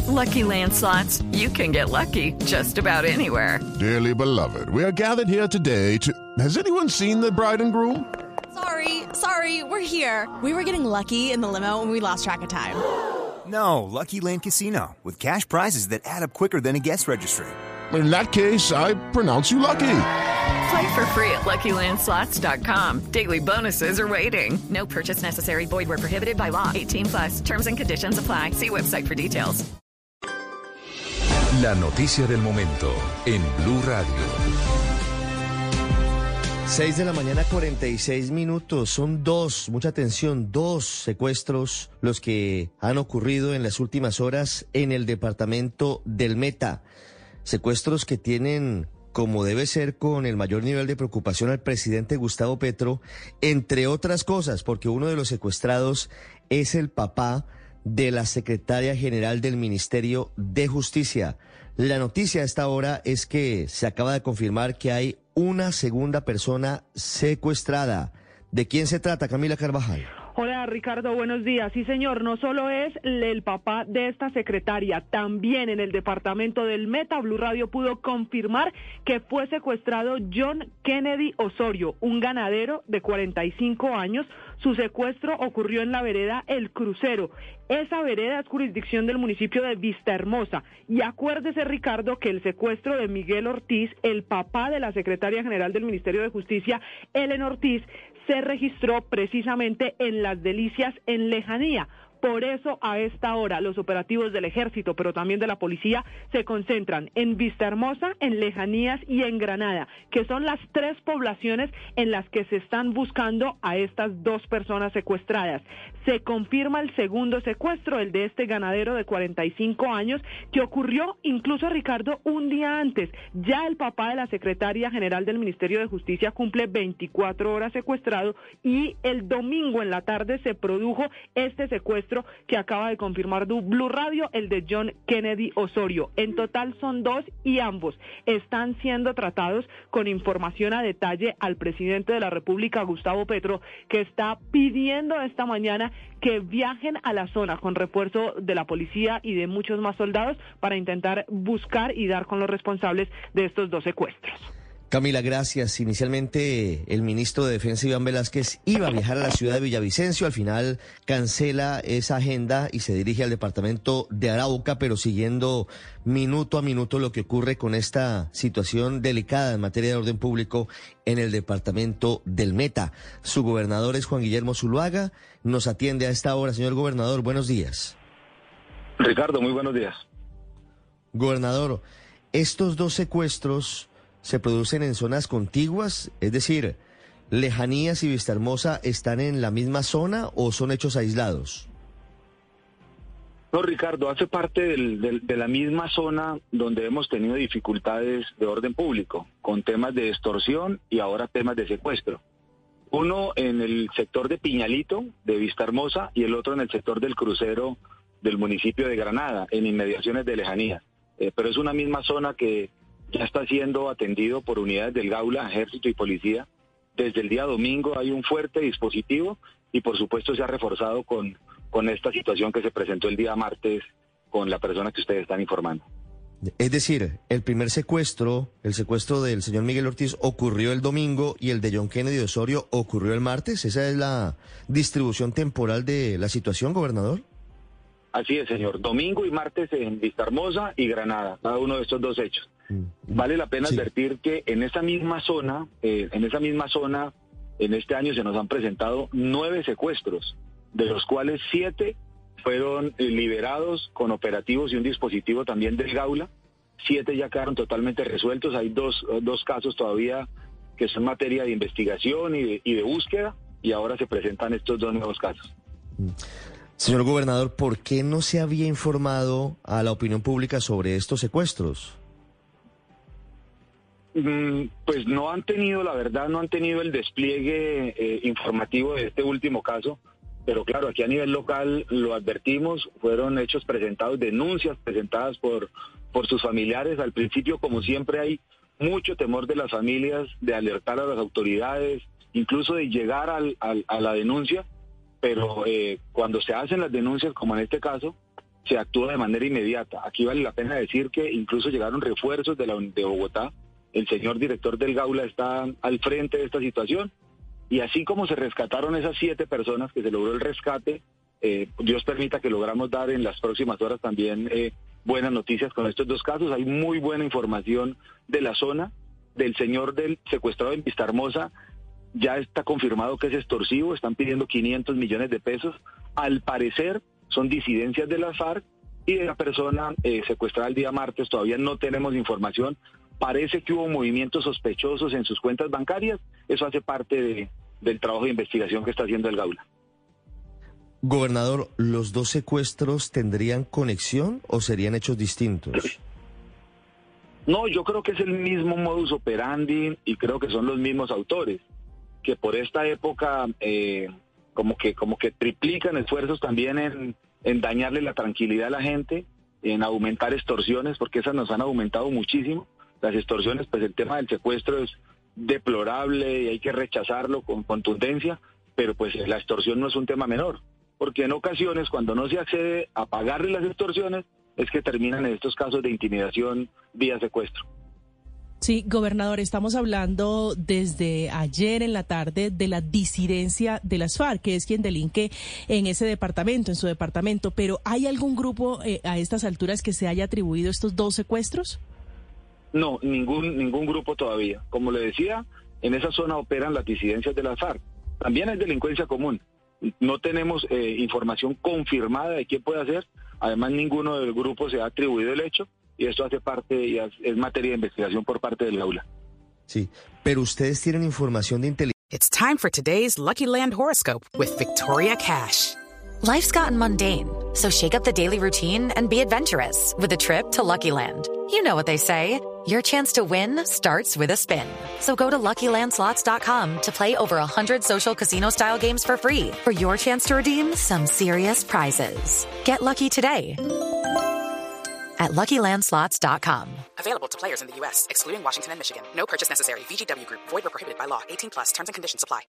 Lucky Land Slots, you can get lucky just about anywhere. Dearly beloved, we are gathered here today to... Has anyone seen the bride and groom? Sorry, we're here. We were getting lucky in the limo and we lost track of time. No, Lucky Land Casino, with cash prizes that add up quicker than a guest registry. In that case, I pronounce you lucky. Play for free at LuckyLandSlots.com. Daily bonuses are waiting. No purchase necessary. Void where prohibited by law. 18+. Terms and conditions apply. See website for details. La noticia del momento en Blue Radio. 6 de la mañana, 46 minutos. Son mucha atención, dos secuestros los que han ocurrido en las últimas horas en el departamento del Meta. Secuestros que tienen, como debe ser, con el mayor nivel de preocupación al presidente Gustavo Petro, entre otras cosas, porque uno de los secuestrados es el papá de la secretaria general del Ministerio de Justicia. La noticia a esta hora es que se acaba de confirmar que hay una segunda persona secuestrada. ¿De quién se trata, Camila Carvajal? Hola Ricardo, buenos días. Sí señor, no solo es el papá de esta secretaria, también en el departamento del Meta, Blue Radio pudo confirmar que fue secuestrado John Kennedy Osorio, un ganadero de 45 años. Su secuestro ocurrió en la vereda El Crucero. Esa vereda es jurisdicción del municipio de Vistahermosa. Y acuérdese, Ricardo, que el secuestro de Miguel Ortiz, el papá de la secretaria general del Ministerio de Justicia, Ellen Ortiz, se registró precisamente en Las Delicias, en Lejanía. Por eso, a esta hora, los operativos del Ejército, pero también de la policía, se concentran en Vistahermosa, en Lejanías y en Granada, que son las tres poblaciones en las que se están buscando a estas dos personas secuestradas. Se confirma el segundo secuestro, el de este ganadero de 45 años, que ocurrió incluso, Ricardo, un día antes. Ya el papá de la secretaria general del Ministerio de Justicia cumple 24 horas secuestrado y el domingo en la tarde se produjo este secuestro que acaba de confirmar Blue Radio, el de John Kennedy Osorio. En total son dos y ambos están siendo tratados con información a detalle al presidente de la República, Gustavo Petro, que está pidiendo esta mañana que viajen a la zona con refuerzo de la policía y de muchos más soldados para intentar buscar y dar con los responsables de estos dos secuestros. Camila, gracias. Inicialmente el ministro de Defensa, Iván Velázquez, iba a viajar a la ciudad de Villavicencio. Al final cancela esa agenda y se dirige al departamento de Arauca, pero siguiendo minuto a minuto lo que ocurre con esta situación delicada en materia de orden público en el departamento del Meta. Su gobernador es Juan Guillermo Zuluaga. Nos atiende a esta hora. Señor gobernador, buenos días. Ricardo, muy buenos días. Gobernador, estos dos secuestros se producen en zonas contiguas, es decir, Lejanías y Vistahermosa están en la misma zona o son hechos aislados. No, Ricardo, hace parte de la misma zona donde hemos tenido dificultades de orden público, con temas de extorsión y ahora temas de secuestro. Uno en el sector de Piñalito, de Vistahermosa, y el otro en el sector del Crucero del municipio de Granada, en inmediaciones de Lejanías. Pero es una misma zona que ya está siendo atendido por unidades del Gaula, Ejército y Policía. Desde el día domingo hay un fuerte dispositivo y por supuesto se ha reforzado con esta situación que se presentó el día martes con la persona que ustedes están informando. Es decir, el primer secuestro, el secuestro del señor Miguel Ortiz, ocurrió el domingo y el de John Kennedy Osorio ocurrió el martes. ¿Esa es la distribución temporal de la situación, gobernador? Así es, señor. Domingo y martes en Vistahermosa y Granada, cada uno de estos dos hechos. Vale la pena advertir que en esa misma zona, en este año se nos han presentado 9 secuestros, de los cuales 7 fueron liberados con operativos y un dispositivo también del Gaula. 7 ya quedaron totalmente resueltos. Hay dos casos todavía que son materia de investigación y de búsqueda, y ahora se presentan estos 2 nuevos casos. Señor gobernador, ¿por qué no se había informado a la opinión pública sobre estos secuestros? Pues no han tenido, la verdad, no han tenido el despliegue informativo de este último caso, pero claro, aquí a nivel local lo advertimos, fueron hechos presentados, denuncias presentadas por sus familiares. Al principio, como siempre, hay mucho temor de las familias de alertar a las autoridades, incluso de llegar a la denuncia, pero cuando se hacen las denuncias, como en este caso, se actúa de manera inmediata. Aquí vale la pena decir que incluso llegaron refuerzos de Bogotá. El señor director del Gaula está al frente de esta situación. Y así como se rescataron esas 7 personas, que se logró el rescate, Dios permita que logramos dar en las próximas horas también buenas noticias con estos 2 casos. Hay muy buena información de la zona, del señor del secuestrado en Vistahermosa. Ya está confirmado que es extorsivo, están pidiendo 500 millones de pesos. Al parecer son disidencias de las FARC, y de la persona secuestrada el día martes todavía no tenemos información. Parece que hubo movimientos sospechosos en sus cuentas bancarias. Eso hace parte del trabajo de investigación que está haciendo el Gaula. Gobernador, ¿los 2 secuestros tendrían conexión o serían hechos distintos? No, yo creo que es el mismo modus operandi y creo que son los mismos autores, que por esta época como que triplican esfuerzos también en dañarle la tranquilidad a la gente, en aumentar extorsiones, porque esas nos han aumentado muchísimo. Las extorsiones, pues el tema del secuestro es deplorable y hay que rechazarlo con contundencia, pero pues la extorsión no es un tema menor, porque en ocasiones cuando no se accede a pagarle las extorsiones es que terminan en estos casos de intimidación vía secuestro. Sí, gobernador, estamos hablando desde ayer en la tarde de la disidencia de las FARC, que es quien delinque en ese departamento, en su departamento, pero ¿hay algún grupo a estas alturas que se haya atribuido estos 2 secuestros? No, ningún grupo todavía. Como le decía, en esa zona operan las disidencias de las FARC. También es delincuencia común. No tenemos información confirmada de quién puede hacer. Además, ninguno del grupo se ha atribuido el hecho. Y esto hace parte, y es materia de investigación por parte del Gaula. Sí, pero ustedes tienen información de inteligencia. It's time for today's Lucky Land horoscope with Victoria Cash. Life's gotten mundane, so shake up the daily routine and be adventurous with a trip to Lucky Land. You know what they say, your chance to win starts with a spin. So go to LuckyLandSlots.com to play over 100 social casino-style games for free for your chance to redeem some serious prizes. Get lucky today at LuckyLandSlots.com. Available to players in the U.S., excluding Washington and Michigan. No purchase necessary. VGW Group. Void where prohibited by law. 18+. Terms and conditions apply.